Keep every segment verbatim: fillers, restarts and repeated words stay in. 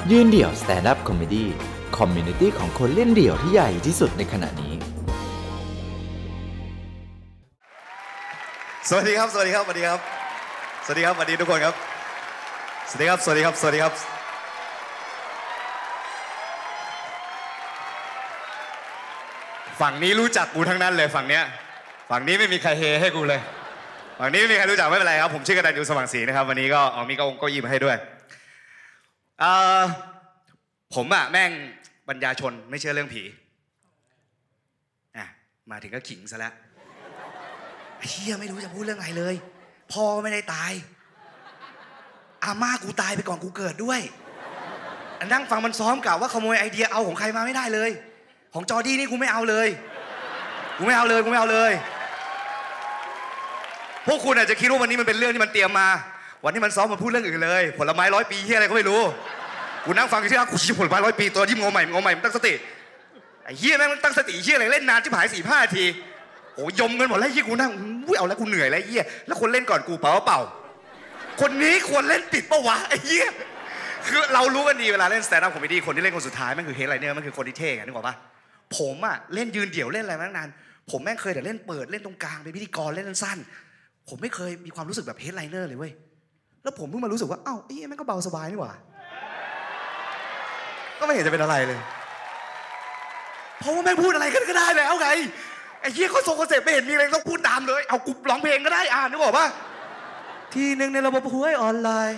ยืนเดี่ยว Stand Up Comedy คอมมูนิตี้ของคนเล่นเดี่ยวที่ใหญ่ที่สุดในขณะนี้สวัสดีครับสวัสดีครับสวัสดีครับสวัสดีครับสวัสดีทุกคนครับสวัสดีครับสวัสดีครับสวัสดีครับฝั่งนี้รู้จักกูทั้งนั้นเลยฝั่งเนี้ยฝั่งนี้ไม่มีใครเฮให้กูเลยฝั่งนี้ไม่มีใครรู้จักไม่เป็นไรครับผมชื่อกระดานยูสว่างศรีนะครับวันนี้ก็เอามีเก้าอี้เก้าอี้มาให้ด้วยเอ่อผมอะแม่งปัญญาชนไม่เชื่อเรื่องผีอ่ะมาถึงก็ขิงซะแล้วเฮียไม่รู้จะพูดเรื่องอะไรเลยพ่อไม่ได้ตายอาม่ากูตายไปก่อนกูเกิดด้วยนั่งฟังมันซ้อมกล่าวว่าขโมยไอเดียเอาของใครมาไม่ได้เลยของจอร์ดี้นี่กูไม่เอาเลยกูไม่เอาเลยกูไม่เอาเลยพวกคุณอาจจะคิดว่าวันนี้มันเป็นเรื่องที่มันเตรียมมาวันที่มันซ้อมมันพูดเรื่องอื่นเลยผลไม้ร้อยปีเฮียอะไรก็ไม่รู้กูนั่งฟังที่ว่ากูชี้ผลไม้ร้อยปีตัวที่งงใหม่งงใหม่มันตั้งสติไอ้เฮียแม่งมันตั้งสติเฮียอะไรเล่นนานชิบหายสี่ห้านาทีโอ้ยมกันหมดแล้วเฮียกูนั่งอุ้ยเอาแล้วกูเหนื่อยแล้วเฮียแล้วคนเล่นก่อนกูเปล่าเปล่าคนนี้ควรเล่นปิดปะวะไอ้เฮียคือเรารู้กันดีเวลาเล่นสแตนด์อัพคอมเมดี้คนที่เล่นคนสุดท้ายแม่งคือเฮดไลเนอร์มันคือคนที่เท่ไงนึกออกปะผมอะเล่นยืนเดี่ยวเล่นอะไรมาตั้งนานผมแม่งเคยแต่เล่นเปิดเล่นตรงกลางเป็นพิธีกรเล่นสั้นผมไม่เคยมีความรู้สึกแบบเฮดไลเนอร์เลยเว้ยแล้วผมเพิ่งมารู้สึกว่าเอ้าไอ้แม่งก็เบาสบายนี่หว่าก็ไม่เห็นจะเป็นอะไรเลยเพราะว่าแม่งพูดอะไรกันก็ได้แล้วไงไอ้เหี้ยเขาโซโคเซปไม่เห็นมีอะไรต้องพูดตามเลยเอากูร้องเพลงก็ได้อ่านนึกออกปะทีหนึ่งในระบบหวยออนไลน์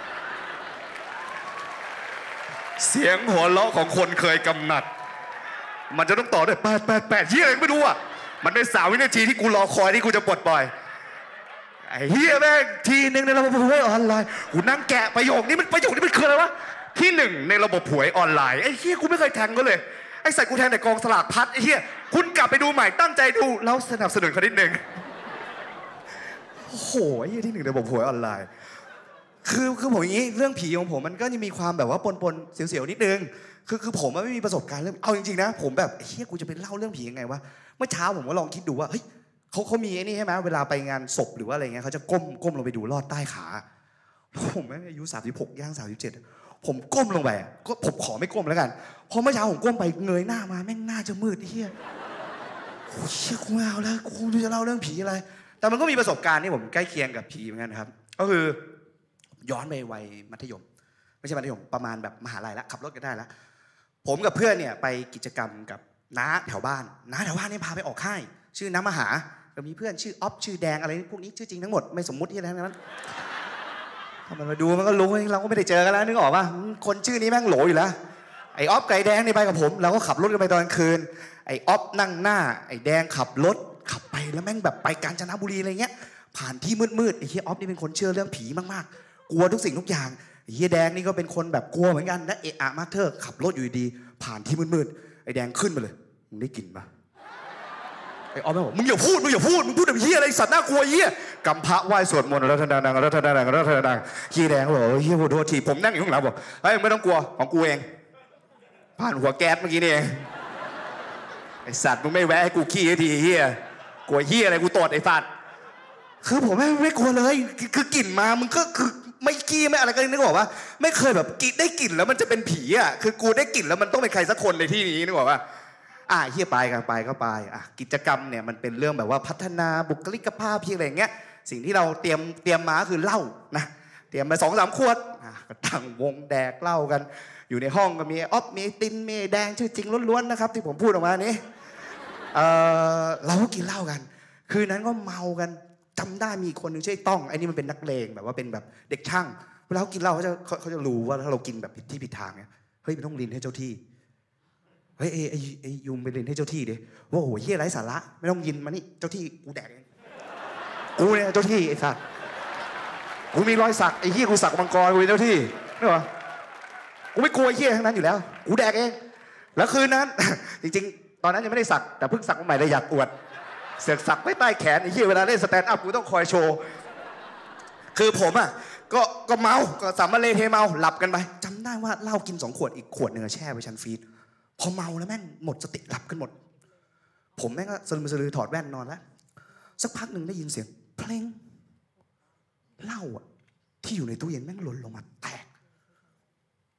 เสียงหัวเราะของคนเคยกำหนัดมันจะต้องต่อด้วยแปดแปดแปดเหี้ยอะไรไม่รู้อ่ะมันเป็นสามวินาทีที่กูรอคอยที่กูจะปลดปล่อยไอ้เหี้ยแม่งทีหนึ่งในระบบหวยออนไลน์กูนั่งแกะประโยคนี้มันประโยคนี้มันคืออะไรวะที่หนึ่งในระบบหวยออนไลน์ไอ้เหี้ยกูไม่เคยแทงก็เลยไอ้ใส่กูแทงแต่กองสลากพัดไอ้เหี้ยคุณกลับไปดูใหม่ตั้งใจดูแล้วสนับสนุนเขานิดนึงโอ้โหไอ้เหี้ยที่หนึ่งในระบบหวยออนไลน์คือคือผมอย่างนี้เรื่องผีของผมมันก็จะมีความแบบว่าปนปนเสียวๆนิดนึงคือคือผมไม่มีประสบการณ์เรื่องเอาจริงๆนะผมแบบเฮียกูจะไปเล่าเรื่องผียังไงวะเมื่อเช้าผมก็ลองคิดดูว่าเฮ้ยเขาเขามีไอ้นี่ใช่ไหมเวลาไปงานศพหรือว่าอะไรเงี้ยเขาจะก้มก้มลงไปดูลอดใต้ขาผมอายุสามสิบหกย่างสามสิบเจ็ดผมก้มลงไปก็ผมขอไม่ก้มแล้วกันพอเมื่อเช้าผมก้มไปเงยหน้ามาแม่งหน้าจะมืดเฮียโอ้ยเฮียกูไม่เอาแล้วกูจะเล่าเรื่องผีอะไรแต่มันก็มีประสบการณ์ที่ผมใกล้เคียงกับผีเหมือนกันครับก็คือย้อนไปวัยมัธยมไม่ใช่มัธยมประมาณแบบมหาลัยแล้วขับรถกันได้แล้วผมกับเพื่อนเนี่ยไปกิจกรรมกับน้าแถวบ้านน้าแถวบ้านนี่พาไปออกค่ายชื่อน้ามหาก็มีเพื่อนชื่ออ๊อฟชื่อแดงอะไรพวกนี้ชื่อจริงทั้งหมดไม่สมมุติที่อะไรทั้งนั้นถ้ามันมาดูมันก็รู้เราก็ไม่ได้เจอกันแล้วนึกออกป่ะคนชื่อนี้แม่งโหลอยู่แล้วไอ้อ๊อฟไก่แดงนี่ไปกับผมเราก็ขับรถกันไปตอนคืนไอ้อ๊อฟนั่งหน้าไอ้แดงขับรถขับไปแล้วแม่งแบบไปกาญจนบุรีอะไรเงี้ยผ่านที่มืดๆไอ้เฮียอ๊อฟนี่เป็นคนเชื่อเรื่องผีมากๆกลัวทุกสิ่งทุกอย่างเฮียแดงนี่ก็เป็นคนแบบกลัวเหมือนกันและเอะอะมาเธอขับรถอยู่ดีผ่านที่มืดๆไอ้แดงขึ้นมาเลยมึงได้กลิ่นปะไอ้ออมบอกมึงอย่าพูดมึงอย่าพูดมึงพูดแบบเฮียอะไรสัตว์น่ากลัวเฮียกำพระไหว้สวดมนต์รัตนาดังรัตนาดังรัตนาดังเฮียแดงบอกเฮียโทษทีผมนั่งอยู่ข้างหลังบอกเฮ้ยไม่ต้องกลัวของกูเองผ่านหัวแก๊สเมื่อกี้นี่เองไอ้สัตว์มึงไม่แวะให้กูขี้ทีเฮียกลัวเฮียอะไรกูตดไอ้สัตว์คือผมไม่ไม่กลัวเลยคือกลิ่นมามึงก็คือไม่กี้ไม่อะไรก็นึกออกว่าไม่เคยแบบกินได้กลิ่นแล้วมันจะเป็นผีอ่ะคือกูได้กลิ่นแล้วมันต้องเป็นใครสักคนในที่นี้นึกออกว่าอ่ะเฮียไปกันไปก็ไปอ่ะกิจกรรมเนี่ยมันเป็นเรื่องแบบว่าพัฒนาบุคลิกภาพเพียงอะไรอย่างเงี้ยสิ่งที่เราเตรียมเตรียมมาคือเหล้านะเตรียมมาสองสามขวดอ่ะก็ตั้งวงแดกเหล้ากันอยู่ในห้องก็มีอ๊อฟมีตินมีแดงชื่อจริงล้วนๆนะครับที่ผมพูดออกมานี้เออเราก็กินเหล้ากันคืนนั้นก็เมากันจำได้มีคนหนึ่งชื่อต้องไอ้นี่มันเป็นนักเลงแบบว่าเป็นแบบเด็กช่างเวลาเขากินเหล้าเขาจะเขาจะรู้ว่าถ้าเรากินแบบผิดที่ผิดทางเนี่ยเฮ้ยมันต้องลินให้เจ้าที่เฮ้ยไอ้ไอ้ไอ้ยุงไปลินให้เจ้าที่ดิว่าโอ้โหเฮียไร้สาระไม่ต้องยินมานี่เจ้าที่กูแดกเองกูเนี่ยเจ้าที่ไอ้สัตว์กูมีรอยสักไอ้เฮียกูสักมังกรกูเป็นเจ้าที่นี่หรอกูไม่กลัวไอ้เฮียทั้งนั้นอยู่แล้วกูแดกเองแล้วคืนนั้นจริงๆตอนนั้นยังไม่ได้สักแต่เพิ่งสักมาใหม่เลยอยากอวดเสือกสักไว้ใต้แขนไอ้เหี้ยเวลาเล่นสแตนด์อัพกูต้องคอยโชว์คือผมอ่ะก็ก็เมาก็สามมาเลเทเมาหลับกันไปจำได้ว่าเหล้ากินสองขวดอีกขวดหนึ่งแช่ไว้ชั้นฟีดพอเมาแล้วแม่งหมดสติหลับกันหมดผมแม่งก็สลืมสลือถอดแว่นนอนแล้วสักพักหนึ่งได้ยินเสียงเพลงเหล้าอ่ะที่อยู่ในตู้เย็นแม่งหล่นลงมาแตก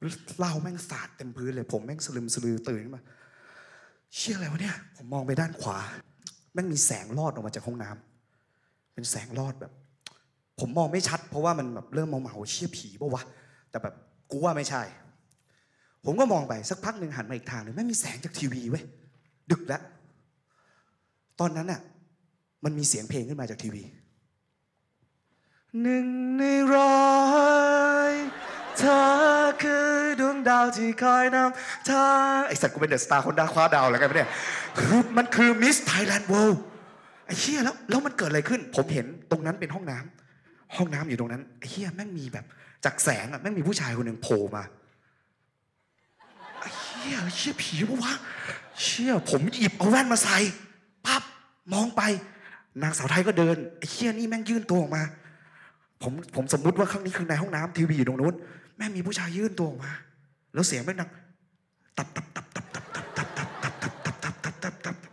เหล้าแม่งสาดเต็มพื้นเลยผมแม่งสลึมสลือตื่นขึ้นมาเชี่ยอะไรวะเนี่ยผมมองไปด้านขวาแม่งมีแสงลอดออกมาจากห้องน้ำเป็นแสงลอดแบบผมมองไม่ชัดเพราะว่ามันแบบเริ่มเมาๆเชี่ยผีปะวะแต่แบบกูว่าไม่ใช่ผมก็มองไปสักพักหนึ่งหันมาอีกทางหนึ่งแม่งมีแสงจากทีวีเว้ยดึกแล้วตอนนั้นน่ะมันมีเสียงเพลงขึ้นมาจากทีวีหนึ่งในร้อยเธอคือดวงดาวที่คอยนำทางไอสัตว์กูเป็นเดอะสตาร์คนดาคว้าดาวอะไรกันเนี่ยคือมันคือมิสไทยแลนด์เวิลด์ไอ้เหี้ยแล้วแล้วมันเกิดอะไรขึ้นผมเห็นตรงนั้นเป็นห้องน้ำห้องน้ำอยู่ตรงนั้นไอ้เหี้ยแม่งมีแบบจากแสงอ่ะแม่งมีผู้ชายคนหนึ่งโผล่มาไอ้เหี้ยเหี้ยผีปะวะเชี่ยผมหยิบเอาแว่นมาใส่ปั๊บมองไปนางสาวไทยก็เดินไอ้เหี้ยนี่แม่งยื่นตัวออกมาผมผมสมมุติว่าข้างนี้คือในห้องน้ำทีวีอยู่ตรงนู้นแม่งมีผู้ชายยื่นตัวออกมาแล้วเสียงแม่งดังตับตับตับตับตับตับตับตับตับตับตับตับตับตับตับ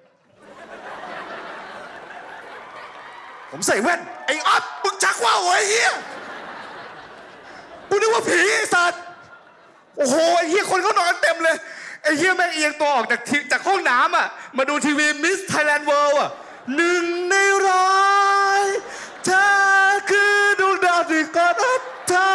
ผมใส่แว่นไอ้อ๊อฟมึงชักว่าวไอ้เหี้ยกูนึกว่าผีไอ้สัตว์โอ้โหไอ้เหี้ยคนเขานอนกันเต็มเลยไอ้เหี้ยแม่งเอียงตัวออกจากจากห้องน้ำอ่ะมาดูทีวีมิสไทยแลนด์เวิลด์อ่ะหนึ่งในร้อยเธอคือดวงดาวที่กอดอับเธอ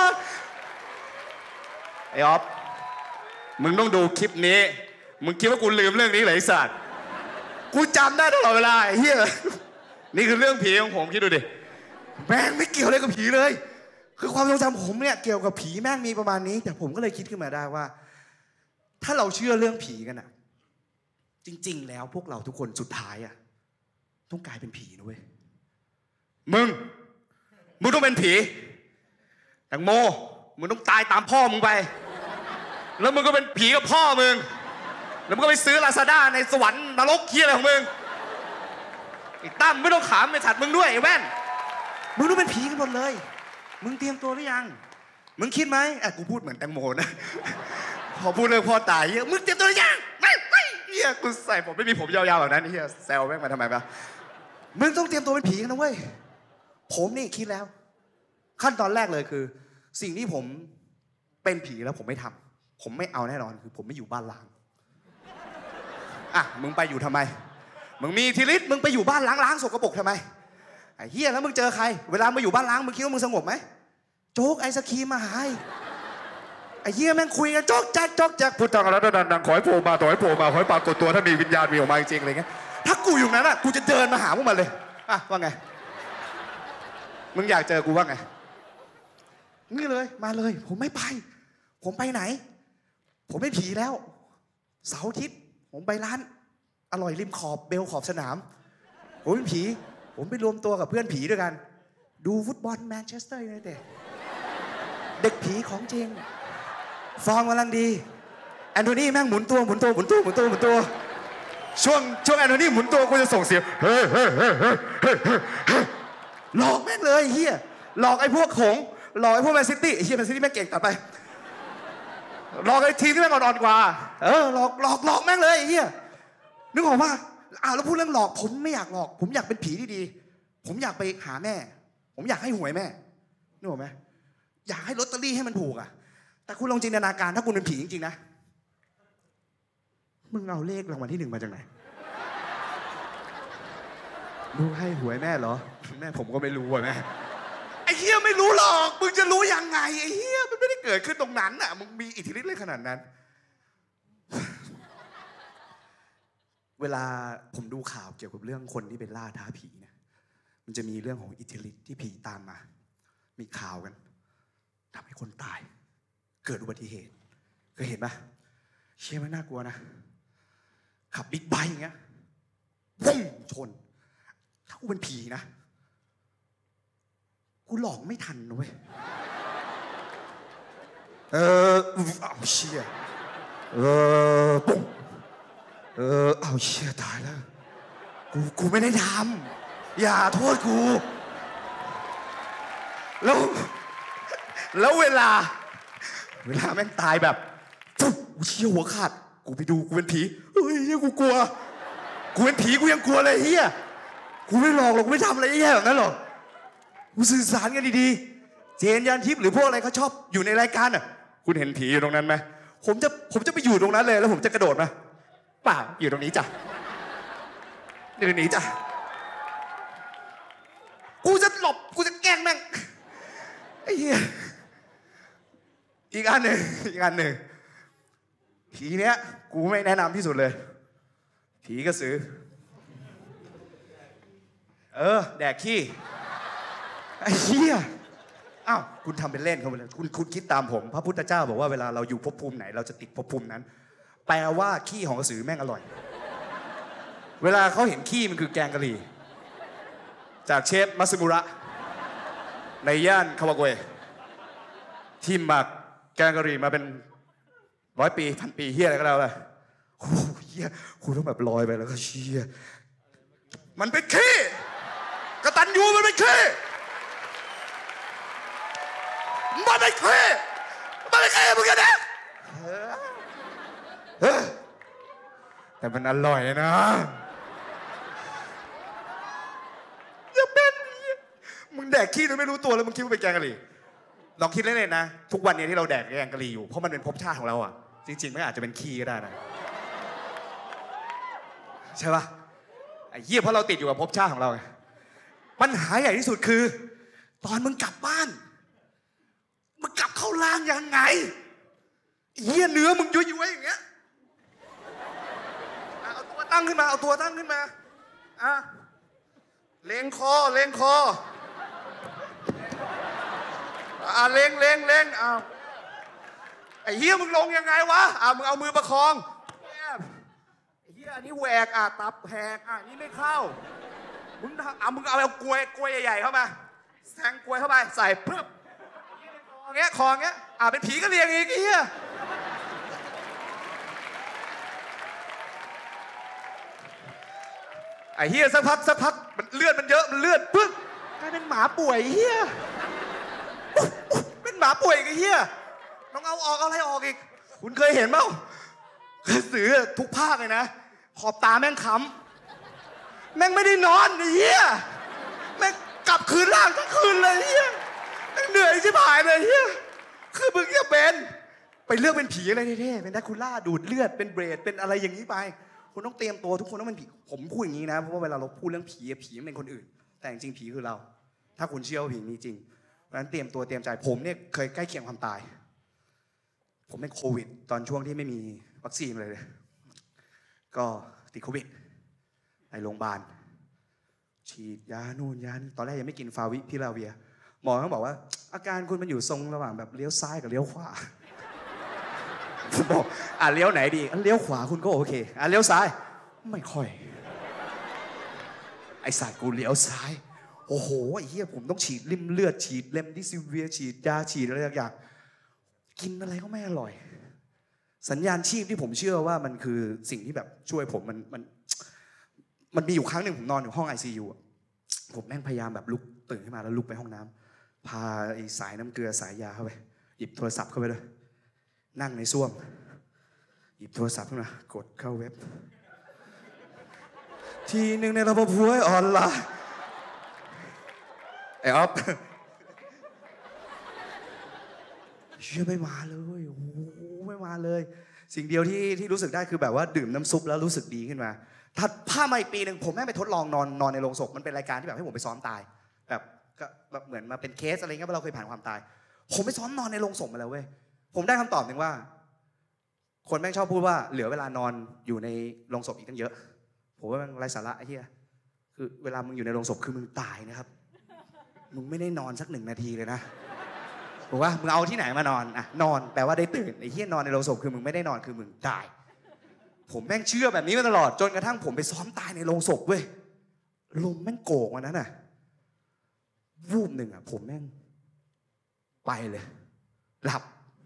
ไอ้อ๊อฟมึงต้องดูคลิปนี้มึงคิดว่ากูลืมเรื่องนี้เหรอไอ้สัตว์กูจำได้ตลอดเวลาไอ้เหี้ยนี่คือเรื่องผีของผมคิดดูดิแม่งไม่เกี่ยวอะไรกับผีเลยคือความทรงจำผมเนี่ยเกี่ยวกับผีแม่งมีประมาณนี้แต่ผมก็เลยคิดขึ้นมาได้ว่าถ้าเราเชื่อเรื่องผีกันอะจริงๆแล้วพวกเราทุกคนสุดท้ายอะต้องกลายเป็นผีนะเว้ยมึงมึงต้องเป็นผีแตงโมมึงต้องตายตามพ่อมึงไปแล้วมึงก็เป็นผีกับพ่อมึงแล้วมึงก็ไปซื้อลาซาด้าในสวรรค์นรกเหี้ยอะไรของมึงไอ้ตั้มไม่ต้องขามไอ้ฉัดมึงด้วยไอ้แว่นมึงต้องเป็นผีกันหมดเลยมึงเตรียมตัวหรือยังมึงคิดไหมอ่ะกูพูดเหมือนแตงโมนะพอพูดเรื่องพ่อตายเฮียมึงเตรียมตัวหรือยังไม่ไม่เฮียกูใส่ผมไม่มีผมยาวๆแบบนั้นเฮียแซวแม่งมาทำไมปะมึงต้องเตรียมตัวเป็นผีกันนะเว้ยผมนี่คิดแล้วขั้นตอนแรกเลยคือสิ่งที่ผมเป็นผีแล้วผมไม่ทำผมไม่เอาแน่นอนคือผมไม่อยู่บ้านล้างอ่ะมึงไปอยู่ทำไมมึงมีอิทธิฤทธิ์มึงไปอยู่บ้านล้างๆสกปรกทำไมไอ้เฮียแล้วมึงเจอใครเวลามาอยู่บ้านล้างมึงคิดว่ามึงสงบไหมโจ๊กไอศครีมมาหายไอ้เฮียแม่งคุยกันโจ๊กแจ๊กโจ๊กแจ๊กพูดดังแล้วดังๆขอให้โผล่มาขอให้โผล่มาขอให้ปรากฏตัวถ้ามีวิญญาณมีออกมาจริงๆอะไรเงี้ยถ้ากูอยู่นั้นอ่ะกูจะเดินมาหาพวกมันเลยอ่ะว่าไงมึงอยากเจอกูว่าไงนี่เลยมาเลยผมไม่ไปผมไปไหนผมไม่ผีแล้วเสาร์อาทิตย์ผมไปร้านอร่อยริมขอบเบลขอบสนามผมเป็นผีผมไปรวมตัวกับเพื่อนผีด้วยกันดูฟุตบอลแมนเชสเตอร์ยูไนเต็ดเด็กผีของจริงฟอร์มกำลังดีแอนโทนีแม่งหมุนตัวหมุนตัวหมุนตัวหมุนตัวหมุนตัวช่วงช่วงแอนโทนีหมุนตัวกูจะส่งเสียงเฮ้ยเฮ้ยเฮ้ยเฮ้ยเฮ้ยเฮ้ยหลอกแม่งเลยเฮียหลอกไอ้พวกหงหลอกไอ้พวกแมนซิตี้ไอ้เฮียแมนซิตี้แม่งเก่งต่อไปหลอกไอ้ทีมที่แม่งอ่อนๆกว่าเออหลอกหลอกหลอกแม่งเลยไอ้เฮียนึกออกป่ะอ้าวแล้วพูดเรื่องหลอกผมไม่อยากหลอกผมอยากเป็นผีที่ดีผมอยากไปหาแม่ผมอยากให้หวยแม่นึกออกไหมอยากให้ลอตเตอรี่ให้มันถูกอ่ะแต่คุณลองจินตนาการถ้าคุณเป็นผีจริงๆนะมึงเอาเลขรางวัลที่หนึ่งมาจากไหนลูกให้หวยแม่เหรอแม่ผมก็ไม่รู้อ่ะแม่ไอ้เฮียไม่รู้หรอกมึงจะรู้ยังไงไอ้เฮียมันไม่ได้เกิดขึ้นตรงนั้นอ่ะมึงมีอิทธิฤทธิ์เลยขนาดนั้นเวลาผมดูข่าวเกี่ยวกับเรื่องคนที่เป็นล่าท้าผีเนี่ยมันจะมีเรื่องของอิทธิฤทธิ์ที่ผีตามมามีข่าวกันทำให้คนตายเกิดอุบัติเหตุเคยเห็นปะเชี่ยมันน่ากลัวนะขับบิ๊กไบค์อย่างเงี้ยปุ้งชนถ้ากูเป็นผีนะกูหลอกไม่ทันนะเว้ยเออเอาเชี่ยเออปุ้งเออเอาเชี่ยตายแล้วกูกูไม่ได้ทำอย่าโทษกูแล้วแล้วเวลาเวลาแม่งตายแบบปุ๊บกูเชี่ยหัวขาดกูไปดูกูเป็นผีเฮ้ยเฮียกูกลัวกูเป็นผีกูยังกลัวเลยเฮียกูไม่หลอกหรอกกูไม่ทำอะไรเฮียแบบนั้นหรอกกูสื่อสารกันดีๆเจนยันทิพย์หรือพวกอะไรเขาชอบอยู่ในรายการอ่ะคุณเห็นผีอยู่ตรงนั้นไหมผมจะผมจะไปอยู่ตรงนั้นเลยแล้วผมจะกระโดดมาเปล่าอยู่ตรงนี้จ้ะอยู่ตรงนี้จ้ะกูจะหลบกูจะแกล้งแม่งไอ้เหี้ยอีกอันหนึ่งอีกอันหนึ่งผีเนี้ยกูไม่แนะนำที่สุดเลยผีกระสือเออแดกขี้ไอ้เหี้ยอ้าวคุณทำเป็นเล่นเขาไปเลยคุณคุณคิดตามผมพระพุทธเจ้าบอกว่าเวลาเราอยู่ภพภูมิไหนเราจะติดภพภูมินั้น แปลว่าขี้ของกระสือแม่งอร่อยเวลาเขาเห็นขี้มันคือแกงกะหรี่จากเชฟมัสึมุระในย่านคาวาโกะที่หมักแกงกะหรี่มาเป็นร้อยปีพันปีเฮียอะไรก็แล้วเลยโอ้เฮียคุณต้องแบบลอยไปแล้วก็เชี่ยมันเป็นขี้กตัญญูมันเป็นขี้มันเป็นขี้มันเป็นขี้มึงกันนะแต่มันอร่อยนะอย่าเป็นมึงแดกขี้โดยไม่รู้ตัวแล้วมึงคิดว่าเป็นแกงกะหรี่ลองคิดเล่นๆนะทุกวันนี้ที่เราแดกแกงกะหรี่อยู่เพราะมันเป็นภพชาติของเราอ่ะจริงๆไม่อาจจะเป็นขี้ก็ได้นะใช่ป่ะไอ้เหี้ยเพราะเราติดอยู่กับภพชาติของเราไงปัญหาใหญ่ที่สุดคือตอนมึงกลับบ้านมึงกลับเข้าล่างยังไงเหี้ยเนื้อมึงย้วยๆอย่างเงี้ยเอาตัวตั้งขึ้นมาเอาตัวตั้งขึ้นมาอ่ะเล็งคอเล็งคออ่ะเล็งเล็งเล็งอ้าวไอ้เหี้ยมึงลงยังไงวะอ่ะมึงเอามือประคองไอ้เหี้ยอันนี้แหวกอ่ะตับแหกอ่ะนี่ไม่เข้ามึงอ่ะมึงเอาเอากล้วยกล้วยใหญ่ๆเข้ามาแทงกล้วยเข้าไปใส่เพิ่มคอเงี้ยคอเงี้ยอ่ะเป็นผีก็เรียงอีกไอ้เหี้ยไอ้เหี้ยสักพักสักพักมันเลือดมันเยอะมันเลือดปึ๊บกลายเป็นหมาป่วยไอ้เหี้ยเป็นหมาป่วยไอ้เหี้ยต้องเอาออกเอาอะไรออกอีกคุณเคยเห็นเปล่ากระสือทุกภาคเลยนะขอบตาแม่งค้ำแม่งไม่ได้นอนไอ้เหี้ยแม่งกลับคืนร่างทั้งคืนเลยไอ้เหี้ยแม่งเหนื่อยชิบหายเลยไอ้เหี้ยคือมึงจะเป็นไปเลือกเป็นผีอะไรเท่ๆเป็นแดคูล่าดูดเลือดเป็นเบรดเป็นอะไรอย่างนี้ไปคุณต้องเตรียมตัวทุกคนต้องเป็นผีผมพูดอย่างนี้นะเพราะว่าเวลาเราพูดเรื่องผีผีมันเป็นคนอื่นแต่จริงๆผีคือเราถ้าคุณเชื่อว่าผีมีจริงเพราะฉะนั้นเตรียมตัวเตรียมใจผมเนี่ยเคยใกล้เคียงความตายผมเป็นโควิดตอนช่วงที่ไม่มีวัคซีนเลยเลยก็ติดโควิดในโรงพยาบาลฉีดยานู่นยานี่ตอนแรกยังไม่กินฟาวิพิลาเวียหมอเขาบอกว่าอาการคุณมันอยู่ทรงระหว่างแบบเลี้ยวซ้ายกับเลี้ยวขวาผมบอกอ่ะเลี้ยวไหนดีเลี้ยวขวาคุณก็โอเคอ่ะเลี้ยวซ้ายไม่ค่อยไอ้สายกูเลี้ยวซ้ายโอ้โหไอ้เหี้ยผมต้องฉีดริมเลือดฉีดเลมดิซิเวียฉีดยาฉีดอะไรอย่างกินอะไรก็ไม่อร่อยสัญญาณชีพที่ผมเชื่อว่ามันคือสิ่งที่แบบช่วยผมมันมันมันมีอยู่ครั้งหนึ่งผมนอนอยู่ห้อง ไอ ซี ยู อ่ะผมแม่งพยายามแบบลุกตื่นขึ้นมาแล้วลุกไปห้องน้ำพาไอ้สายน้ำเกลือสายยาเข้าไปหยิบโทรศัพท์เข้าไปเลยนั่งในส้วมหยิบโทรศัพท์ขึ้นมากดเข้าเว็บทีหนึ่งในระบบหวยออนไลน์ไอ้อ๊อฟเชื่อไม่มาเลยโอ้โหไม่มาเลยสิ่งเดียวที่ที่รู้สึกได้คือแบบว่าดื่มน้ำซุปแล้วรู้สึกดีขึ้นมาถ้าผ้ามาอีกปีหนึ่งผมแม่งไปทดลองนอนนอนในโรงศพมันเป็นรายการที่แบบให้ผมไปซ้อมตายแบบก็แบบเหมือนมาเป็นเคสอะไรเงี้ยเราเคยผ่านความตายผมไปซ้อมนอนในโรงศพมาแล้วเว้ยผมได้คำตอบหนึ่งว่าคนแม่งชอบพูดว่าเหลือเวลานอนอยู่ในโรงศพอีกตั้งเยอะผมว่ามันไร้สาระไอ้เหี้ยคือเวลามึงอยู่ในโรงศพคือมึงตายนะครับมึงไม่ได้นอนสักหนึ่งนาทีเลยนะบอกว่ามึงเอาที่ไหนมานอนอ่ะนอนแปลว่าได้ตื่นไอ้เหี้ยนอนในโรงศพคือมึงไม่ได้นอนคือมึงตายผมแม่งเชื่อแบบนี้มาตลอดจนกระทั่งผมไปซ้อมตายในโรงศพเว้ยลมแม่งโกกวันนั้นน่ะวูบหนึ่งอ่ะผมแม่งไปเลยหลับ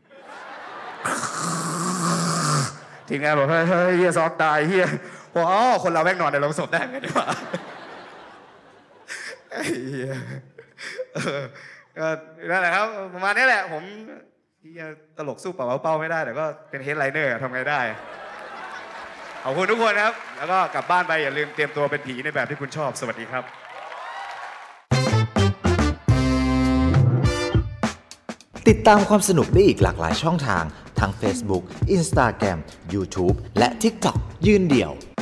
ทีมงานบอกเฮ้ยเฮียซ้อมตายเฮียอ๋อคนเราแม่งนอนในโรงศพได้ไงดีวะเฮียก็นั่นแหละครับประมาณนี้แหละผมเฮียตลกสู้เป่าเป้าไม่ได้แต่ก็เป็นเฮดไลเนอร์ทำไงได้ขอบคุณทุกคนครับแล้วก็กลับบ้านไปอย่าลืมเตรียมตัวเป็นผีในแบบที่คุณชอบสวัสดีครับติดตามความสนุกได้อีกหลากหลายช่องทางทั้ง Facebook Instagram YouTube และ TikTok ยืนเดี่ยว